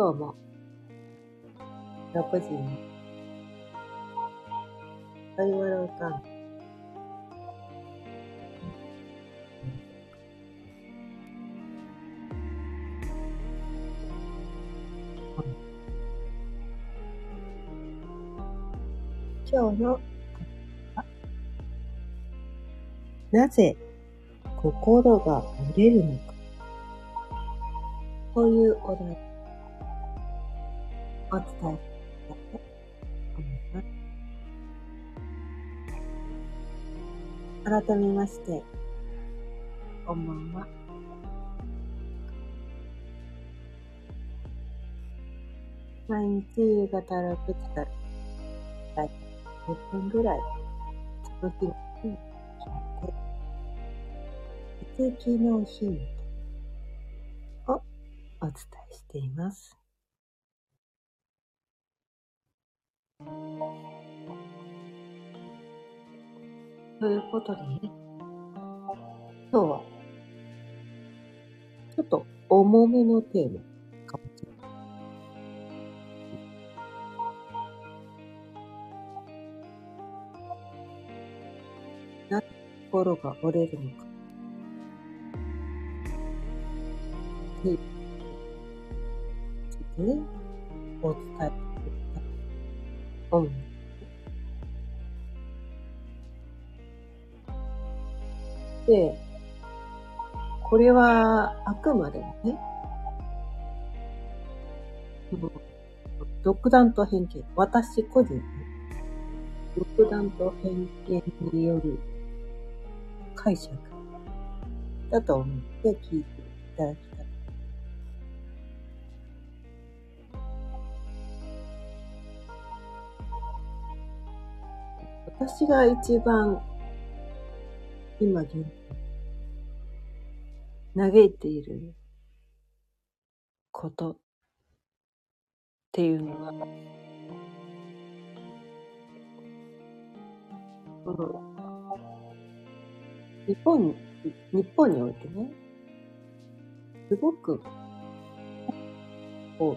今日も6時に会話の間今日のなぜ心が折れるのかというお題をお伝えしたいと思います。改めましてこんばんは。毎日夕方6時からだいたい10分ぐらいその日の日に決めて血液のヒントをお伝えしています。ということでね、今日はちょっと重めのテーマかもしれない。なぜ心が折れるのかっていうついてね、お伝えしていきたいと思います。で、これはあくまでもね、独断と偏見、私個人ね、独断と偏見による解釈だと思って聞いていただきたい。私が一番今現在嘆いていることっていうのは、この日本においてね、すごくこう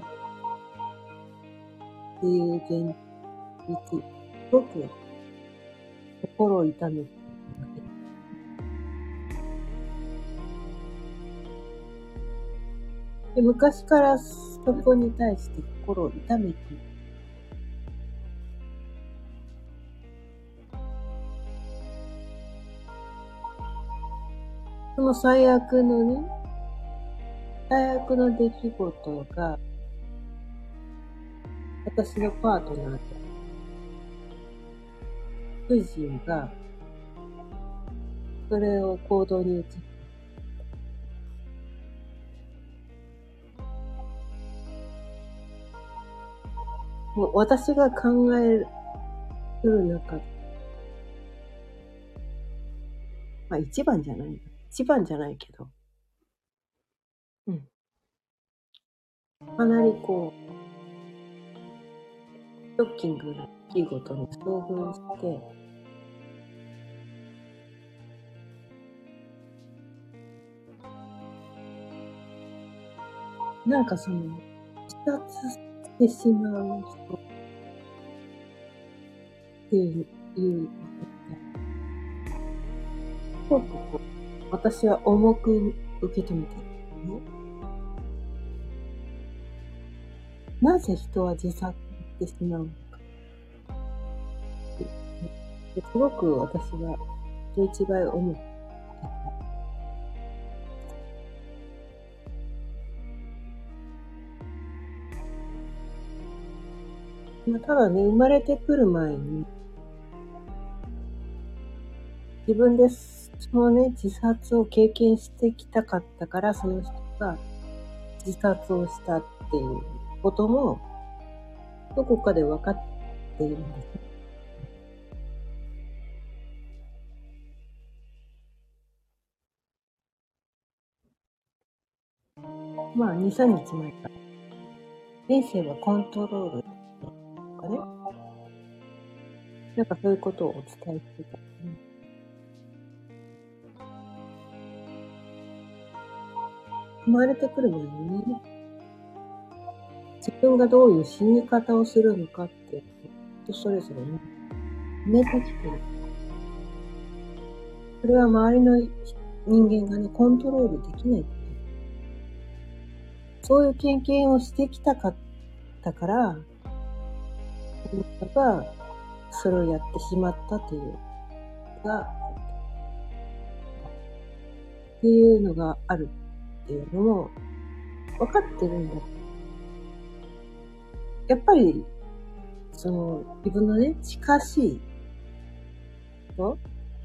っていう現実、すごく心を痛めているわけで、昔からそこに対して心を痛めている。その最悪の出来事が、私のパートナーで、主人が、それを行動に移して、もう私が考える中で、まあ一番じゃないけど、かなりこう、ショッキングな出来事に遭遇して、なんかその、自殺してしまう人っていうことって、すごくこう、私は重く受け止めてるのね。なぜ人は自殺してしまうのか。すごく私は人一倍思う。ただね、生まれてくる前に、自分でそのね、自殺を経験してきたかったから、その人が自殺をしたっていうことも、どこかで分かっているんですね。まあ、2、3日前から、人生はコントロールとかね、なんかそういうことをお伝えしてた。生まれてくる前にね、 自分がどういう死に方をするのかって、人それぞれね、決めてきてる。それは周りの人間がね、コントロールできない。そういう経験をしてきたかったから、自分がそれをやってしまったというっていうのがあるっていうのも分かってるんだ。やっぱりその自分のね、近しい人、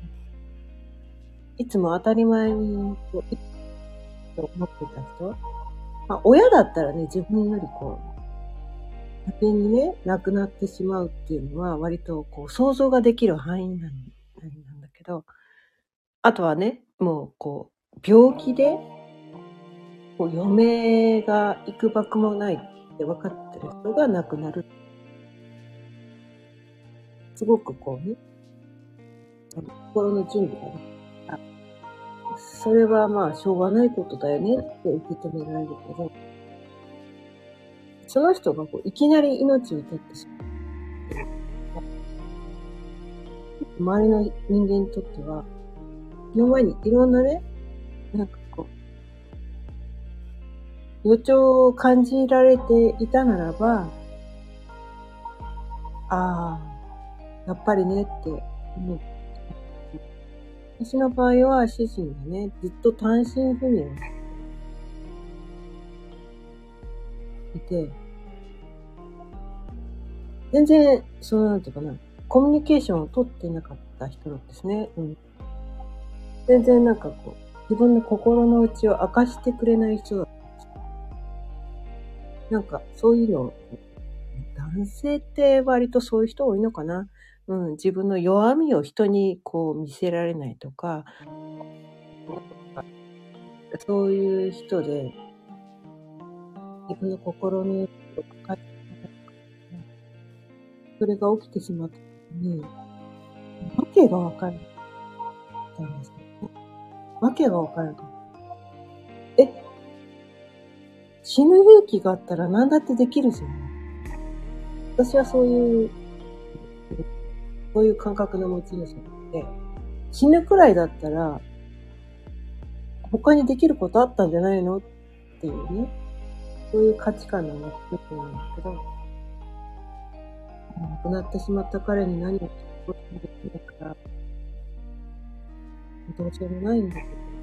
いつも当たり前にこうと思ってた人、まあ、親だったらね、自分よりこう先にね、亡くなってしまうっていうのは割とこう想像ができる範囲なんだけど、あとはね、もうこう病気でこう余命がいくばくもないって分かってる人が亡くなる。すごくこうね、心の準備がね、それはまあしょうがないことだよねって受け止められるけど、その人がこういきなり命を絶ってしまう。周りの人間にとっては、今までにいろんなね、なんかこう、予兆を感じられていたならば、ああ、やっぱりねって思う。私の場合は主人がね、ずっと単身赴任をいて、全然、なんていうかな、コミュニケーションを取ってなかった人なんですね。全然なんかこう、自分の心の内を明かしてくれない人だったんです。なんかそういうの、男性って割とそういう人多いのかな。自分の弱みを人にこう見せられないとか、そういう人で、自分の心の内を明かしてそれが起きてしまった時に、わけがわからなかったんですよね。わけがわからなかった。死ぬ勇気があったら何だってできるじゃん。私はそういう感覚の持ち主なので、死ぬくらいだったら、他にできることあったんじゃないのっていうね、そういう価値観の持ち主なんですけど、亡くなってしまった彼に何を聞くこともできないから、どうしようもないんだけど。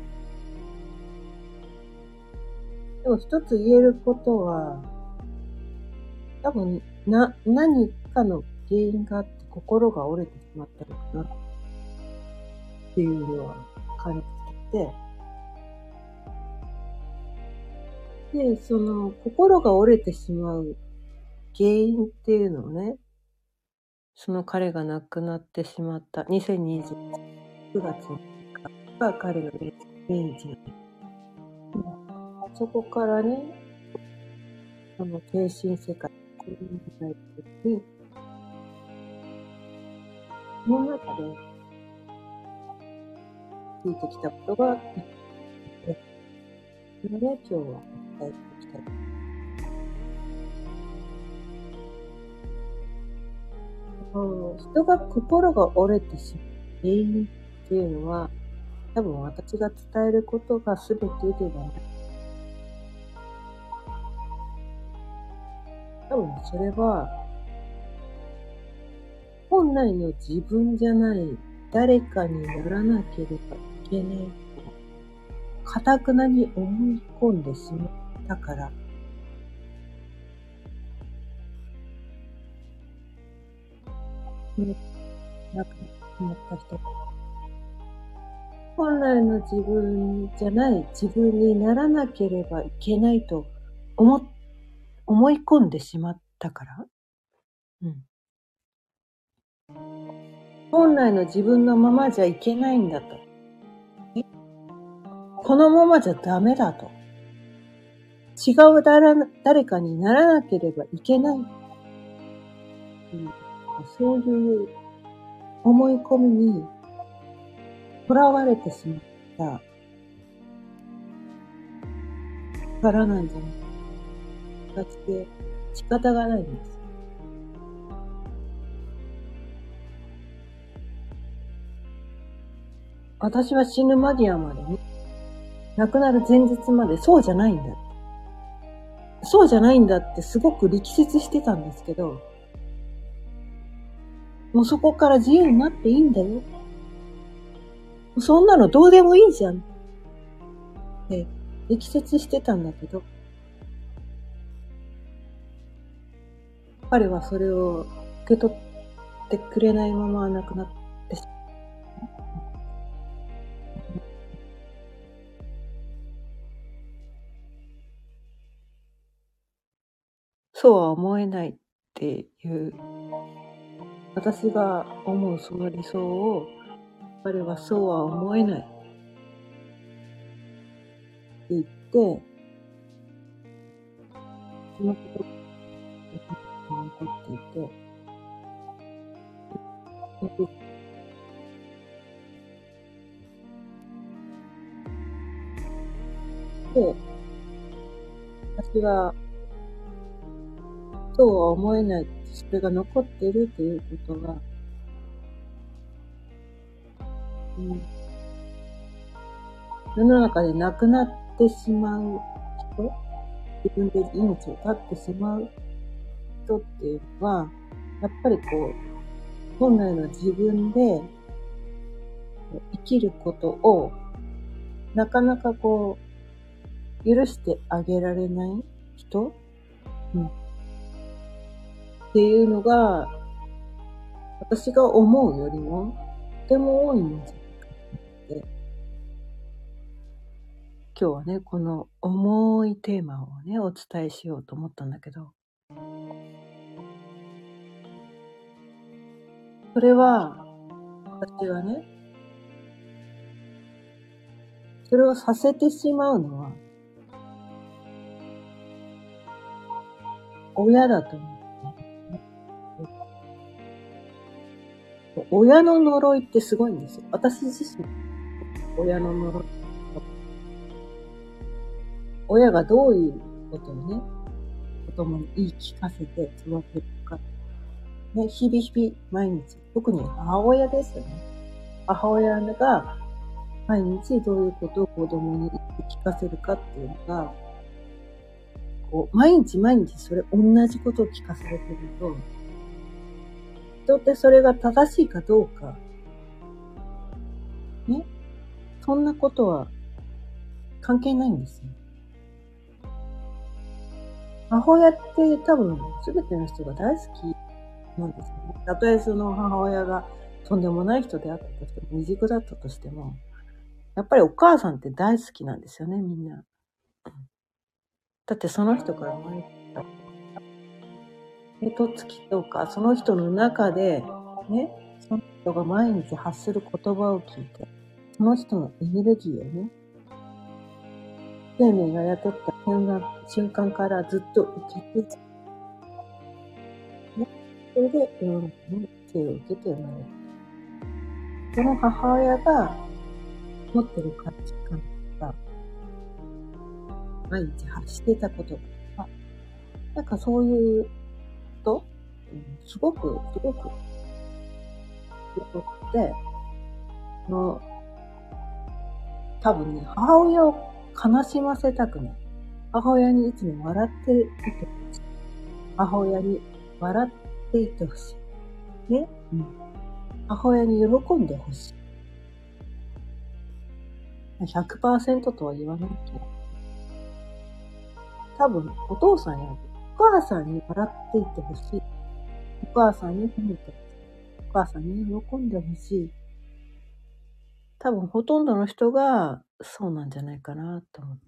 でも一つ言えることは、多分何かの原因があって心が折れてしまったのかなっていうのは感じてて、で、その心が折れてしまう原因っていうのをね、その彼が亡くなってしまった2020年9月3日が彼の命日なんです。そこからね、精神世界、こういう問題に、その中で聞いてきたことが、それで今日は伝えていきたい。人が心が折れてしまう原因っていうのは、多分私が伝えることが全てではない。多分それは、本来の自分じゃない誰かにならなければいけないと、堅くなに思い込んでしまったから、亡くなってしまった人。本来の自分じゃない自分にならなければいけないと思い込んでしまったから、本来の自分のままじゃいけないんだと。このままじゃダメだと。違う誰かにならなければいけない。そういう思い込みにとらわれてしまったからなんじゃないか。形で仕方がないんです。私は死ぬ間際までに、亡くなる前日までそうじゃないんだ。そうじゃないんだってすごく力説してたんですけど、もうそこから自由になっていいんだよ。そんなのどうでもいいじゃんって力説してたんだけど、彼はそれを受け取ってくれないまま亡くなってしまう。そうは思えないっていう、私が思うその理想を、彼はそうは思えないって言って、そのことが残っていて、で、私はそうは思えない、それが残ってるということが、世の中で亡くなってしまう人、自分で命を絶ってしまう人っていうのは、やっぱりこう、本来の自分で生きることを、なかなかこう、許してあげられない人、っていうのが、私が思うよりも、とても多いんじゃないかって、今日はね、この重いテーマをね、お伝えしようと思ったんだけど、それは、私はね、それをさせてしまうのは、親だと思う。親の呪いってすごいんですよ。私自身、親の呪い。親がどういうことをね、子供に言い聞かせて育てるか。ね、日々日々、毎日、特に母親ですよね。母親が毎日どういうことを子供に言い聞かせるかっていうのが、こう、毎日毎日それ同じことを聞かされてると、人ってそれが正しいかどうか、ね、そんなことは関係ないんですよ。母親って多分全ての人が大好きなんですよね。たとえその母親がとんでもない人であったとしても、未熟だったとしても、やっぱりお母さんって大好きなんですよね、みんな。だってその人から生まれてきた。手とつきとか、その人の中で、ね、その人が毎日発する言葉を聞いて、その人のエネルギーをね、生命が雇った瞬間からずっと受けて、ね、それで世の中に生を受けて生まれる。その母親が持ってる価値観とか、毎日発してたこととか、なんかそういうと、すごく、よくって、多分ね、母親を悲しませたくない。母親にいつも笑っていてほしい。母親に笑っていてほしい。ね、母親に喜んでほしい。100% とは言わないけど、多分お父さんやお母さんに笑っていてほしい。お母さんに褒めてほしい。お母さんに喜んでほしい。多分ほとんどの人がそうなんじゃないかなと思って。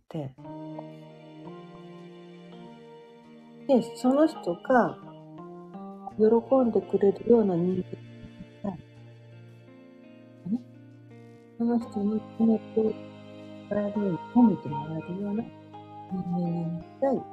で、その人が喜んでくれるような人間が、ね、その人に褒めてもらえるように、褒めてもらえるような人間になりたい。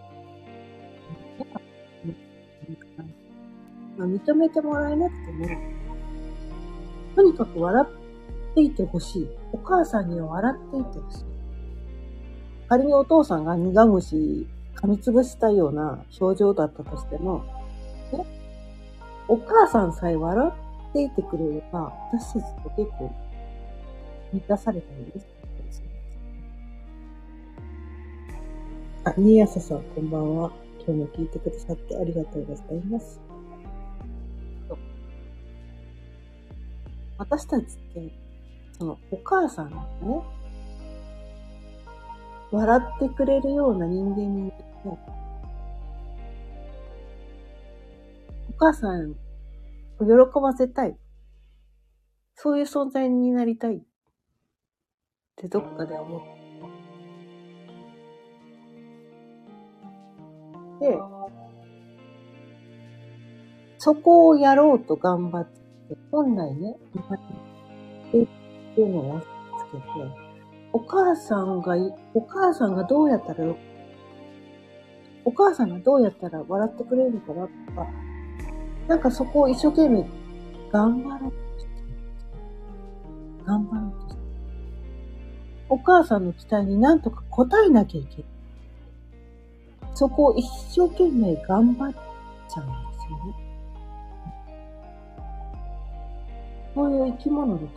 認めてもらえなくても、とにかく笑っていてほしい。お母さんには笑っていてほしい。仮にお父さんが苦虫噛みつぶしたような表情だったとしても、ね、お母さんさえ笑っていてくれれば、私たちと結構満たされたりです。あ、新朝さん、こんばんは。今日も聞いてくださってありがとうございます。私たちって、そのお母さんがね、笑ってくれるような人間になりたい。お母さんを喜ばせたい。そういう存在になりたいってどっかで思って。で、そこをやろうと頑張って、本来ね、っていうのを押し付けて、お母さんがどうやったら、お母さんがどうやったら笑ってくれるのかなとか、なんかそこを一生懸命頑張ろうとして。お母さんの期待になんとか応えなきゃいけない。そこを一生懸命頑張っちゃうんですよね。そういう生き物だと思う。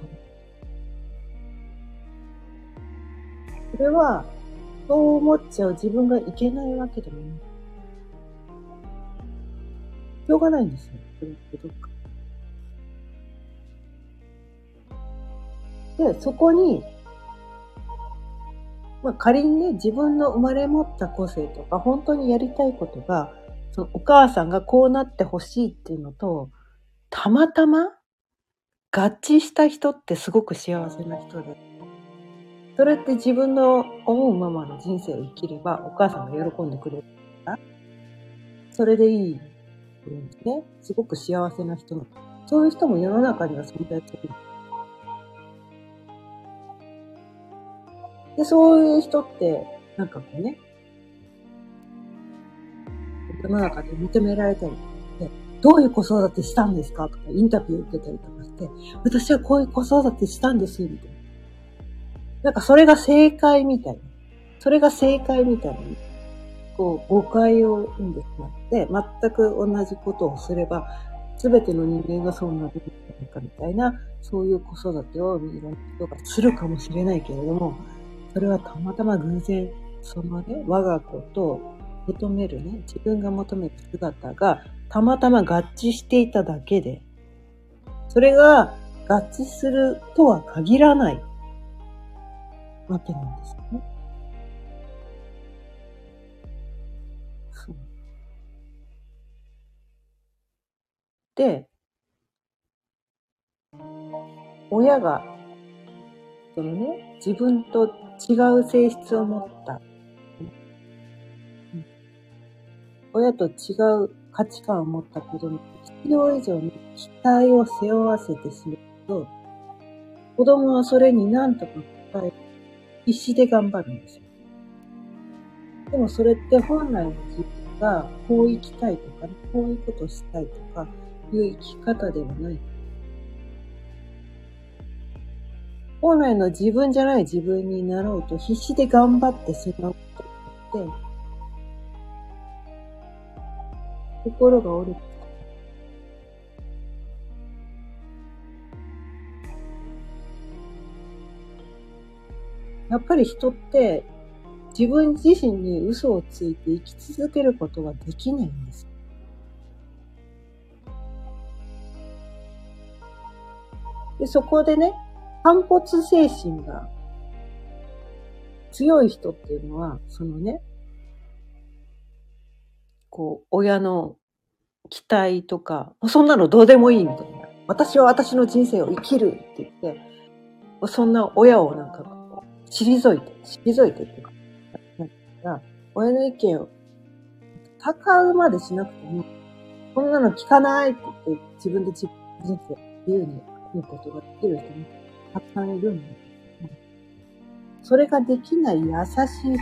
それは、そう思っちゃう自分がいけないわけでもない。しょうがないんですよ。それってどっか。で、そこに、仮にね、自分の生まれ持った個性とか、本当にやりたいことが、そのお母さんがこうなってほしいっていうのと、たまたま合致した人ってすごく幸せな人で、それって自分の思うままの人生を生きれば、お母さんが喜んでくれるから、それでいいっていうんですね。すごく幸せな人の。そういう人も世の中には存在する。で、そういう人って、なんかこうね、世の中で認められたりとか、どういう子育てしたんですかとか、インタビュー受けたりとかして、私はこういう子育てしたんですみたいな。なんかそれが正解みたいな。それが正解みたいな。こう、誤解を生んでしまって、全く同じことをすれば、すべての人間がそうなるんじゃないかみたいな、そういう子育てをいろんな人がするかもしれないけれども、それはたまたま偶然、そのね、我が子と求めるね、自分が求める姿がたまたま合致していただけで、それが合致するとは限らないわけなんですよね。そう。で、親が、そのね、自分と違う性質を持った、親と違う価値観を持った子供に必要以上に期待を背負わせてしまうと、子供はそれに何とか応え、必死で頑張るんですよ。でもそれって本来の自分がこう生きたいとか、こういうことをしたいとかいう生き方ではない。本来の自分じゃない自分になろうと必死で頑張ってしまうことによって、心が折れて、やっぱり人って自分自身に嘘をついて生き続けることができないんです。で、そこでね、反骨精神が強い人っていうのは、そのね、こう、親の期待とか、そんなのどうでもいいみたいな。私は私の人生を生きるって言って、そんな親をなんかこう、退いてっていうか、親の意見を戦うまでしなくても、こんなの聞かないって言って、自分で自分の人生を自由に生きることができる人もたくさんいるんだけど、それができない優しい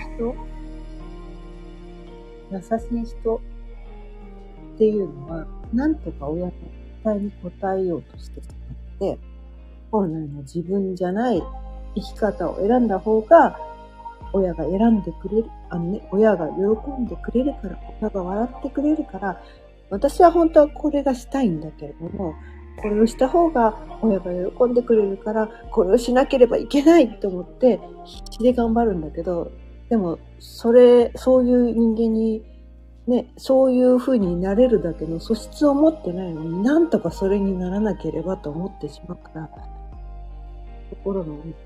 人っていうのは、なんとか親の期待に応えようとしてしまって、本来の自分じゃない生き方を選んだ方が親が選んでくれる、親が喜んでくれるから、親が笑ってくれるから、私は本当はこれがしたいんだけれども、これをした方が親が喜んでくれるから、これをしなければいけないと思って必死で頑張るんだけど、でもそういう人間にね、そういう風になれるだけの素質を持ってないのに、なんとかそれにならなければと思ってしまうから、心がね、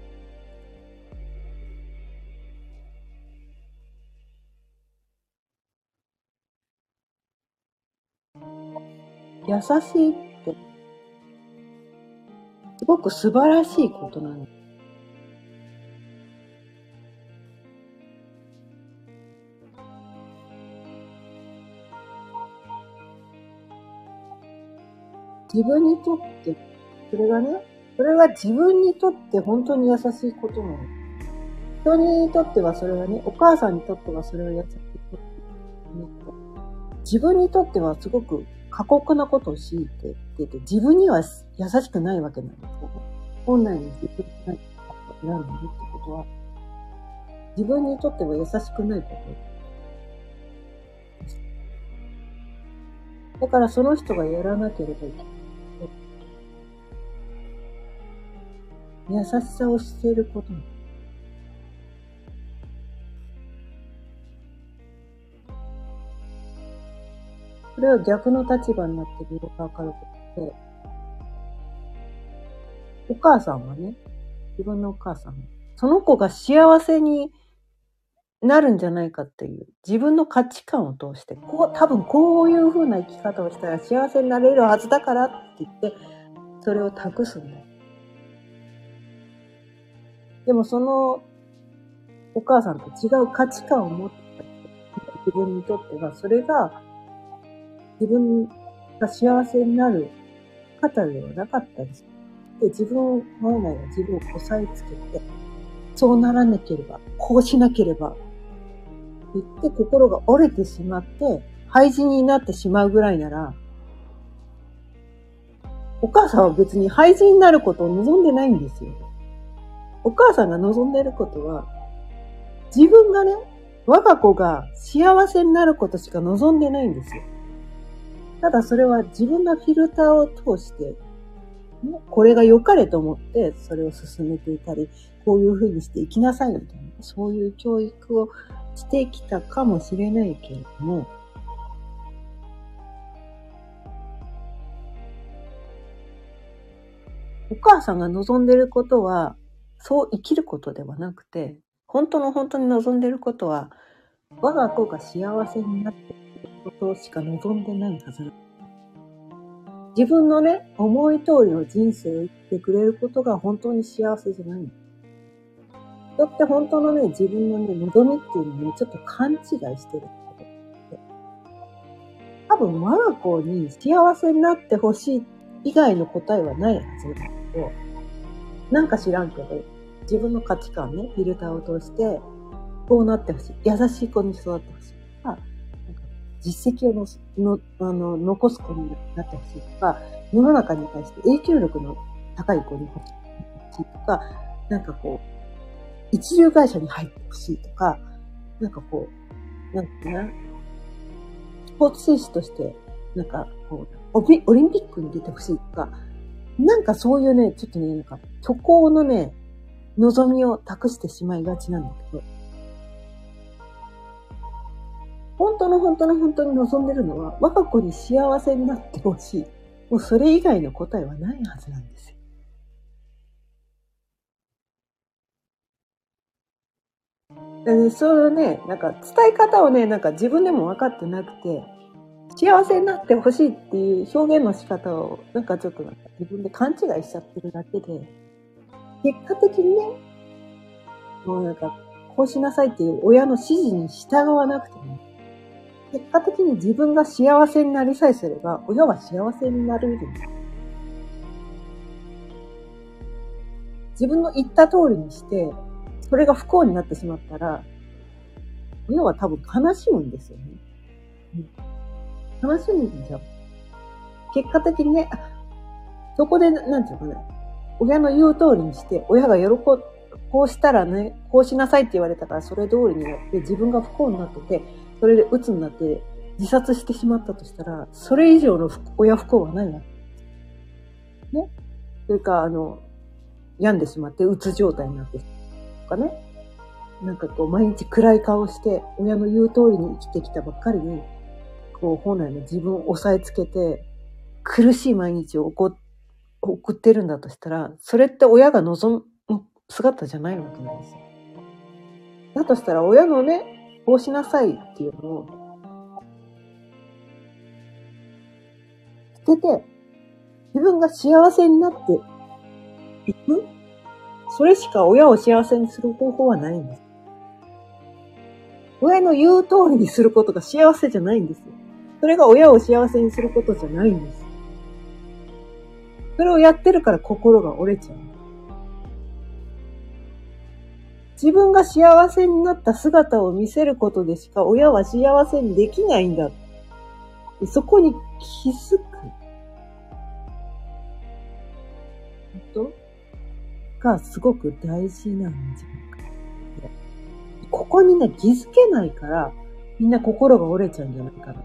優しいってすごく素晴らしいことなんだ。自分にとって、それが自分にとって本当に優しいことなの。人にとってはそれはね、お母さんにとってはそれは優しいこと。自分にとってはすごく過酷なことを強いていて、自分には優しくないわけなんですよね。本来の自分にないことを選んでいるってことは、自分にとっては優しくないこと。だからその人がやらなければいけない。優しさをしていること。それは逆の立場になってみるとわかることで、お母さんはね、自分のお母さんは、その子が幸せになるんじゃないかっていう自分の価値観を通して、多分こういう風な生き方をしたら幸せになれるはずだからって言って、それを託すんだよ。でもそのお母さんと違う価値観を持ってた自分にとっては、それが自分が幸せになる方ではなかったりする。で、本来は自分を押さえつけて、そうならなければ、こうしなければ、言って心が折れてしまって、廃人になってしまうぐらいなら、お母さんは別に廃人になることを望んでないんですよ。お母さんが望んでいることは、自分がね、我が子が幸せになることしか望んでないんですよ。ただそれは自分のフィルターを通して、ね、これが良かれと思ってそれを進めていたり、こういう風にして生きなさいみたいな、そういう教育をしてきたかもしれないけれども、お母さんが望んでいることは、そう生きることではなくて、本当に望んでいることは、我が子が幸せになっていることしか望んでないはずだ。自分のね、思い通りの人生を生きてくれることが本当に幸せじゃない。人って本当のね、自分のね、望みっていうのにちょっと勘違いしてる。多分我が子に幸せになってほしい以外の答えはないはずだけど、なんか知らんけど、自分の価値観ね、フィルターを通して、こうなってほしい。優しい子に育ってほしいとか、なんか実績を残す子になってほしいとか、世の中に対して影響力の高い子に欲しいとか、なんかこう、一流会社に入ってほしいとか、なんかこう、なんかね、スポーツ選手として、なんかこう、オリンピックに出てほしいとか、なんかそういうね、ちょっとね、なんか虚構のね、望みを託してしまいがちなんだけど、本当に望んでるのは、我が子に幸せになってほしい。もうそれ以外の答えはないはずなんですよ。でそういうね、なんか伝え方をね、なんか自分でも分かってなくて、幸せになってほしいっていう表現の仕方を、なんかちょっとなんか自分で勘違いしちゃってるだけで、結果的にね、もうなんか、こうしなさいっていう親の指示に従わなくても、結果的に自分が幸せになりさえすれば、親は幸せになれるんです。自分の言った通りにして、それが不幸になってしまったら、親は多分悲しむんですよね。悲しむんじゃん。結果的にね、そこで、なんていうかな、親の言う通りにして、親が喜ぶこうしたらね、こうしなさいって言われたからそれ通りにやって自分が不幸になってて、それで鬱になって自殺してしまったとしたら、それ以上の親不幸はないわけ。ね。それか、病んでしまって鬱状態になってとかね。なんかこう、毎日暗い顔して、親の言う通りに生きてきたばっかりに、こう、本来の自分を押さえつけて、苦しい毎日を送ってるんだとしたら、それって親が望む姿じゃないわけなんですよ。だとしたら、親のね、こうしなさいっていうのを、捨てて、自分が幸せになっていく、それしか親を幸せにする方法はないんです。親の言う通りにすることが幸せじゃないんですよ。それが親を幸せにすることじゃないんです。それをやってるから心が折れちゃう。自分が幸せになった姿を見せることでしか親は幸せにできないんだ。そこに気づくことがすごく大事なんじゃないかな。ここにね、気づけないから、みんな心が折れちゃうんじゃないかな。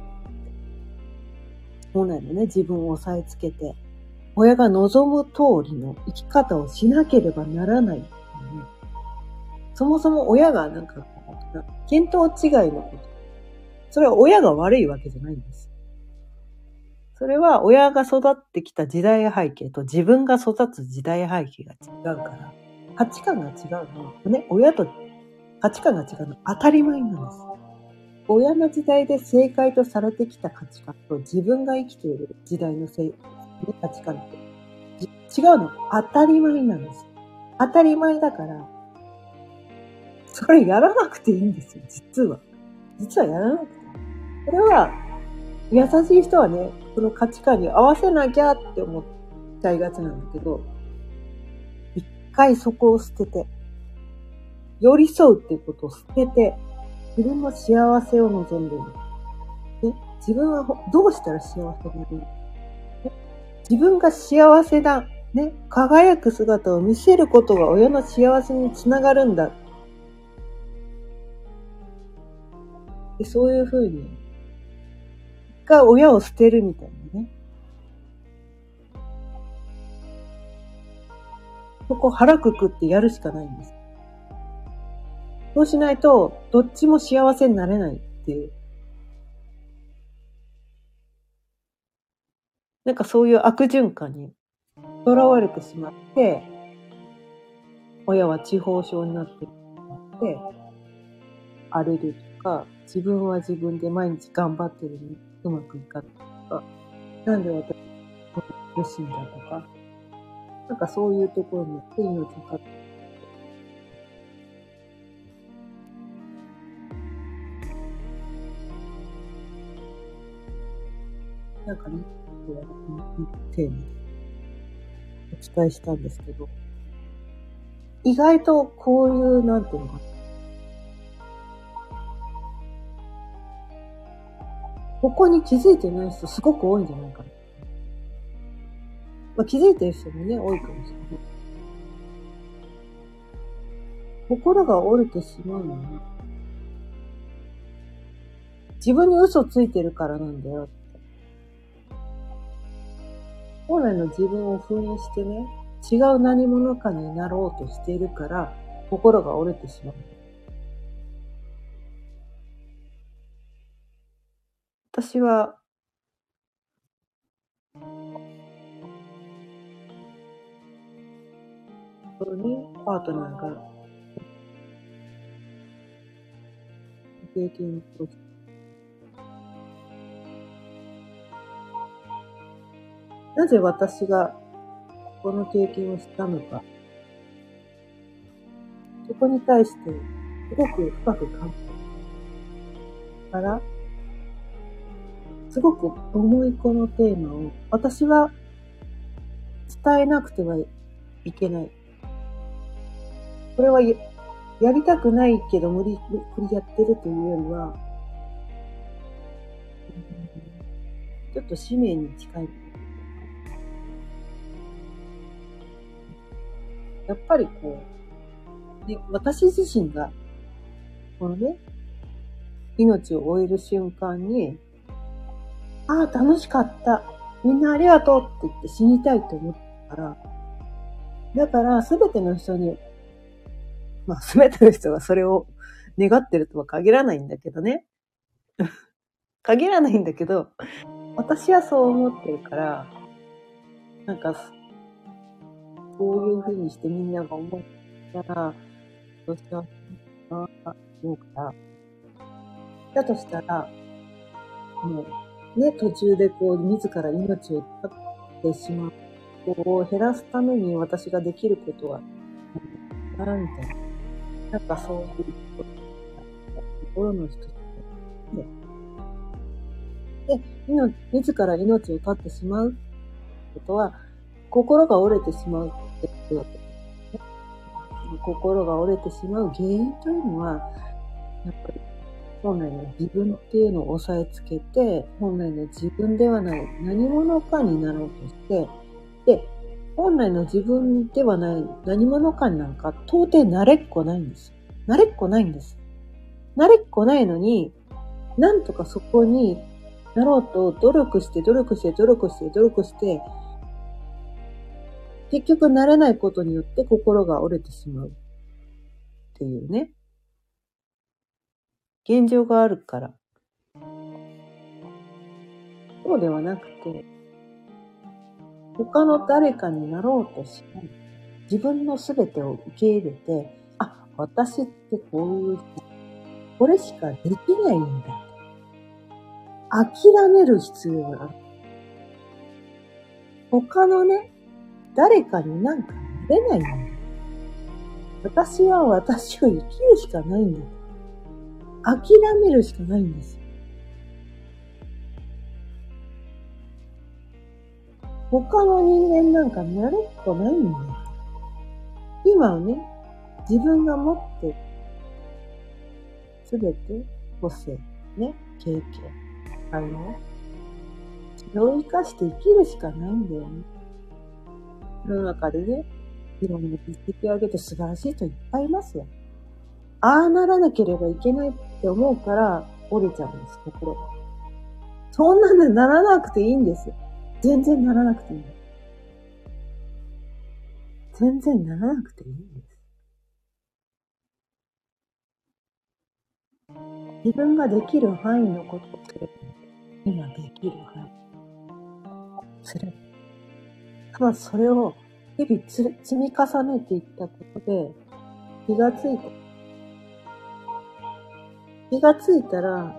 本来のね、自分を押さえつけて、親が望む通りの生き方をしなければならない、ね。そもそも親がなんか、見当違いのこと。それは親が悪いわけじゃないんです。それは親が育ってきた時代背景と自分が育つ時代背景が違うから、価値観が違うのは、ね、親と価値観が違うのは当たり前なんです。親の時代で正解とされてきた価値観と自分が生きている時代の価値観って違うのは当たり前なんです。当たり前だから、それやらなくていいんですよ、実は。実はやらなくていい。それは、優しい人はね、この価値観に合わせなきゃって思っちゃいがちなんだけど、一回そこを捨てて、寄り添うっていうことを捨てて、自分の幸せを望んでいる。ね、自分はどうしたら幸せになるの？自分が幸せだ、ね、輝く姿を見せることが親の幸せにつながるんだ。でそういうふうに、一回親を捨てるみたいなね。そこ腹くくってやるしかないんです。そうしないと、どっちも幸せになれないっていう。なんかそういう悪循環にとらわれてしまって、親は痴呆症になってしまって、荒れるとか、自分は自分で毎日頑張ってるのにうまくいかないとか、なんで私苦しいんだとか、なんかそういうところに手命をかけて、なんかね、これはテーマでお伝えしたんですけど、意外とこういう、なんていうのかな、ここに気づいてない人すごく多いんじゃないかな。まあ、気づいてる人もね、多いかもしれない。心が折れてしまうのは、自分に嘘ついてるからなんだよ。本来の自分を封印してね、違う何者かになろうとしているから、心が折れてしまう。私は、このね、パートナーが経験をして、なぜ私がこの経験をしたのか、そこに対してすごく深く考えたから、すごく重いこのテーマを私は伝えなくてはいけない。これはやりたくないけど無理くりやってるというよりは、ちょっと使命に近い。やっぱりこう、 で、私自身が、このね、命を終える瞬間に、ああ、楽しかった。みんなありがとうって言って死にたいと思ったから、だからすべての人に、まあすべての人がそれを願ってるとは限らないんだけどね。限らないんだけど、私はそう思ってるから、なんか、そういう風にしてみんなが思ったら、どうしようかなと思うから、だとしたら、もう、ね、途中でこう、自ら命を絶ってしまうことを減らすために私ができることは、なんみたいな。なんかそういうこと、心の一つで、自ら命を絶ってしまうことは、心が折れてしまうってことだと。心が折れてしまう原因というのは、やっぱり本来の自分っていうのを押さえつけて、本来の自分ではない何者かになろうとして、で、本来の自分ではない何者かになんか到底慣れっこないんです。慣れっこないんです。慣れっこないのに、なんとかそこになろうと努力して、結局慣れないことによって心が折れてしまうっていうね、現状があるから。そうではなくて、他の誰かになろうとしない。自分の全てを受け入れて、あ、私ってこういう、これしかできないんだ。諦める必要がある。他のね、誰かになんかなれないんだ。私は私を生きるしかないんだ。諦めるしかないんです。他の人間なんかなれっこないんだよ。今はね、自分が持ってすべて個性、ね、経験、才能、それを生かして生きるしかないんだよね。世の中でね、いろんな実績を上げて素晴らしい人いっぱいいますよ。ああならなければいけないって思うから折れちゃうんです、心が。そんなんでならなくていいんです。全然ならなくていいんです。全然ならなくていいんです。自分ができる範囲のことをすれば、今できる範囲すれば。ただそれを日々積み重ねていったことで気がついたら、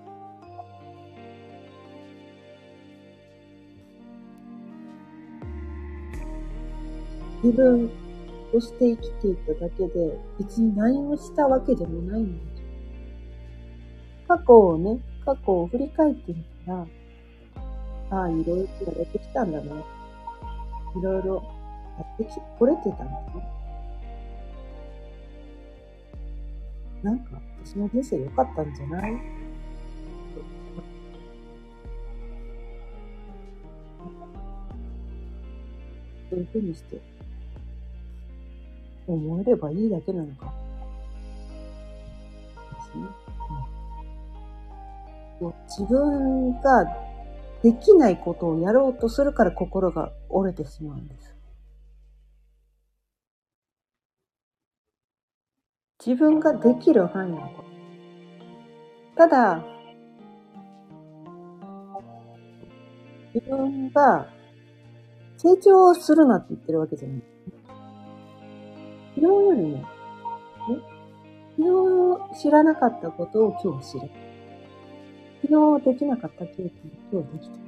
自分として生きていただけで別に何をしたわけでもないんです。過去を振り返ってみたら、ああ、いろいろやってきたんだな。いろいろやってこれてたんだな。なんか私の人生良かったんじゃない？そういうふうにして思えればいいだけなのかですね。自分ができないことをやろうとするから心が折れてしまうんです。自分ができる範囲のこと。ただ、自分が成長するなって言ってるわけじゃない。昨日よりも、ね、昨日知らなかったことを今日知る。昨日できなかった経験を今日できた。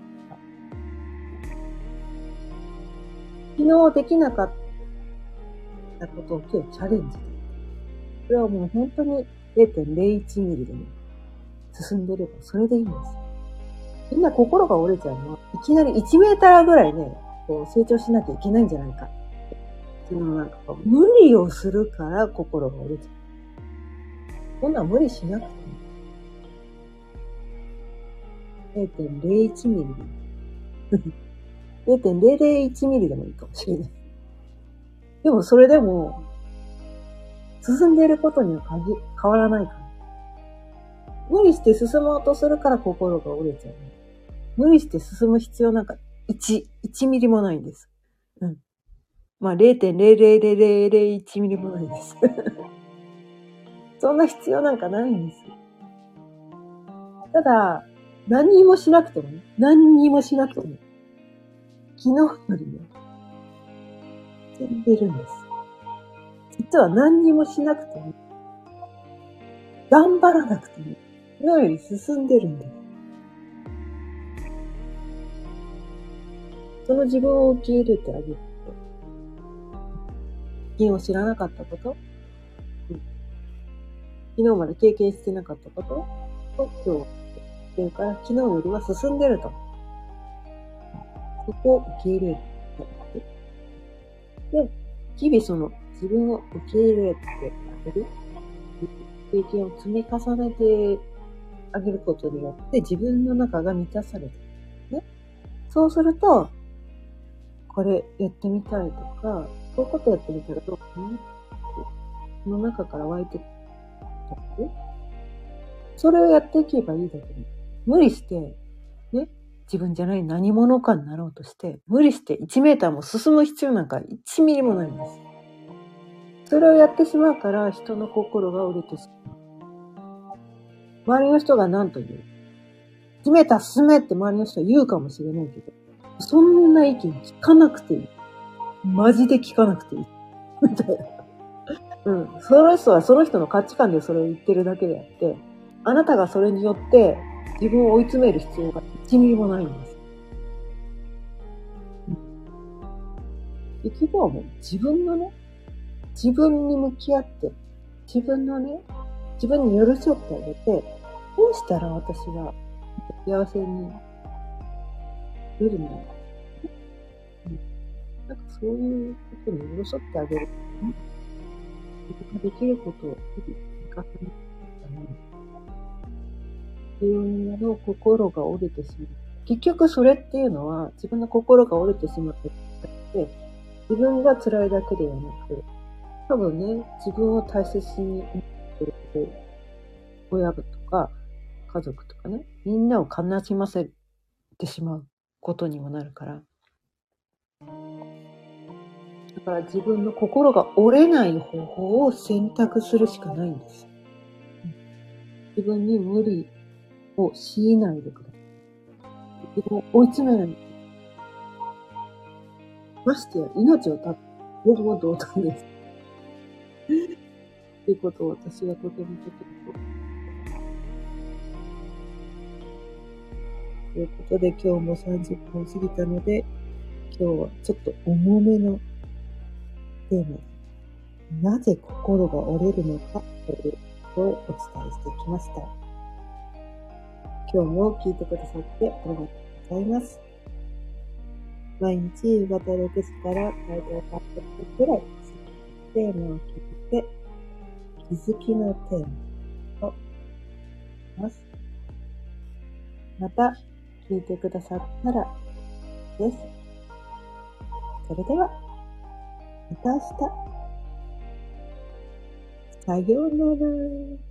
昨日できなかったことを今日チャレンジ。これはもう本当に 0.01 ミリでも進んでればそれでいいんです。みんな心が折れちゃうのは、いきなり1メーターぐらいね、こう成長しなきゃいけないんじゃないか。なんか無理をするから心が折れちゃう。そんな無理しなくても 0.01 ミリで0.001 ミリでもいいかもしれない。でもそれでも進んでいることには変わらないから。無理して進もうとするから心が折れちゃう。無理して進む必要なんか1ミリもないんです。うん。まあ、0.00001ミリもないです。そんな必要なんかないんです。ただ、何にもしなくてもね、昨日よりね、進んでるんです。実は何にもしなくても、頑張らなくても、昨日より進んでるんです。その自分を受け入れてあげること。昨日知らなかったこと、昨日まで経験してなかったことを今日してるから、昨日よりは進んでると。そこを受け入れる。で、日々その自分を受け入れてあげる。経験を積み重ねてあげることによって自分の中が満たされてる。ね。そうすると、これやってみたいとか、こういうことやってみたらどうかなって、その中から湧いてくる。それをやっていけばいいだけで。無理して、ね、自分じゃない何者かになろうとして、無理して1メーターも進む必要なんか1ミリもないんです。それをやってしまうから人の心が折れてしまう。周りの人が何と言う。1メーター進めって周りの人は言うかもしれないけど、そんな意見聞かなくていい。マジで聞かなくていい。みたいな。うん。その人はその人の価値観でそれを言ってるだけであって、あなたがそれによって自分を追い詰める必要が1ミリもないんです。結局はもう自分のね、自分に向き合って、自分に寄り添ってあげて、どうしたら私は幸せに出るんだろう。なんかそういうことに寄り添ってあげる。自分ができることを日々積み重ねていったのに、自分の心が折れてしまう。結局それっていうのは自分の心が折れてしまって、自分が辛いだけではなく、多分ね、自分を大切に思っている親とか家族とかね、みんなを悲しませてしまうことにもなるから。だから自分の心が折れない方法を選択するしかないんです。自分に無理を強いないでください。自分を追い詰めない。ましてや命を絶つ。僕も同感です。ということを私はとてもということで今日も30分過ぎたので、今日はちょっと重めのテーマで、なぜ心が折れるのかということをお伝えしてきました。今日も聞いてくださってありがとうございます。毎日夕方6時から大体8分くらいテーマを聞いて気づきのテーマをします。また聞いてくださったらです。それではまた明日。さようなら。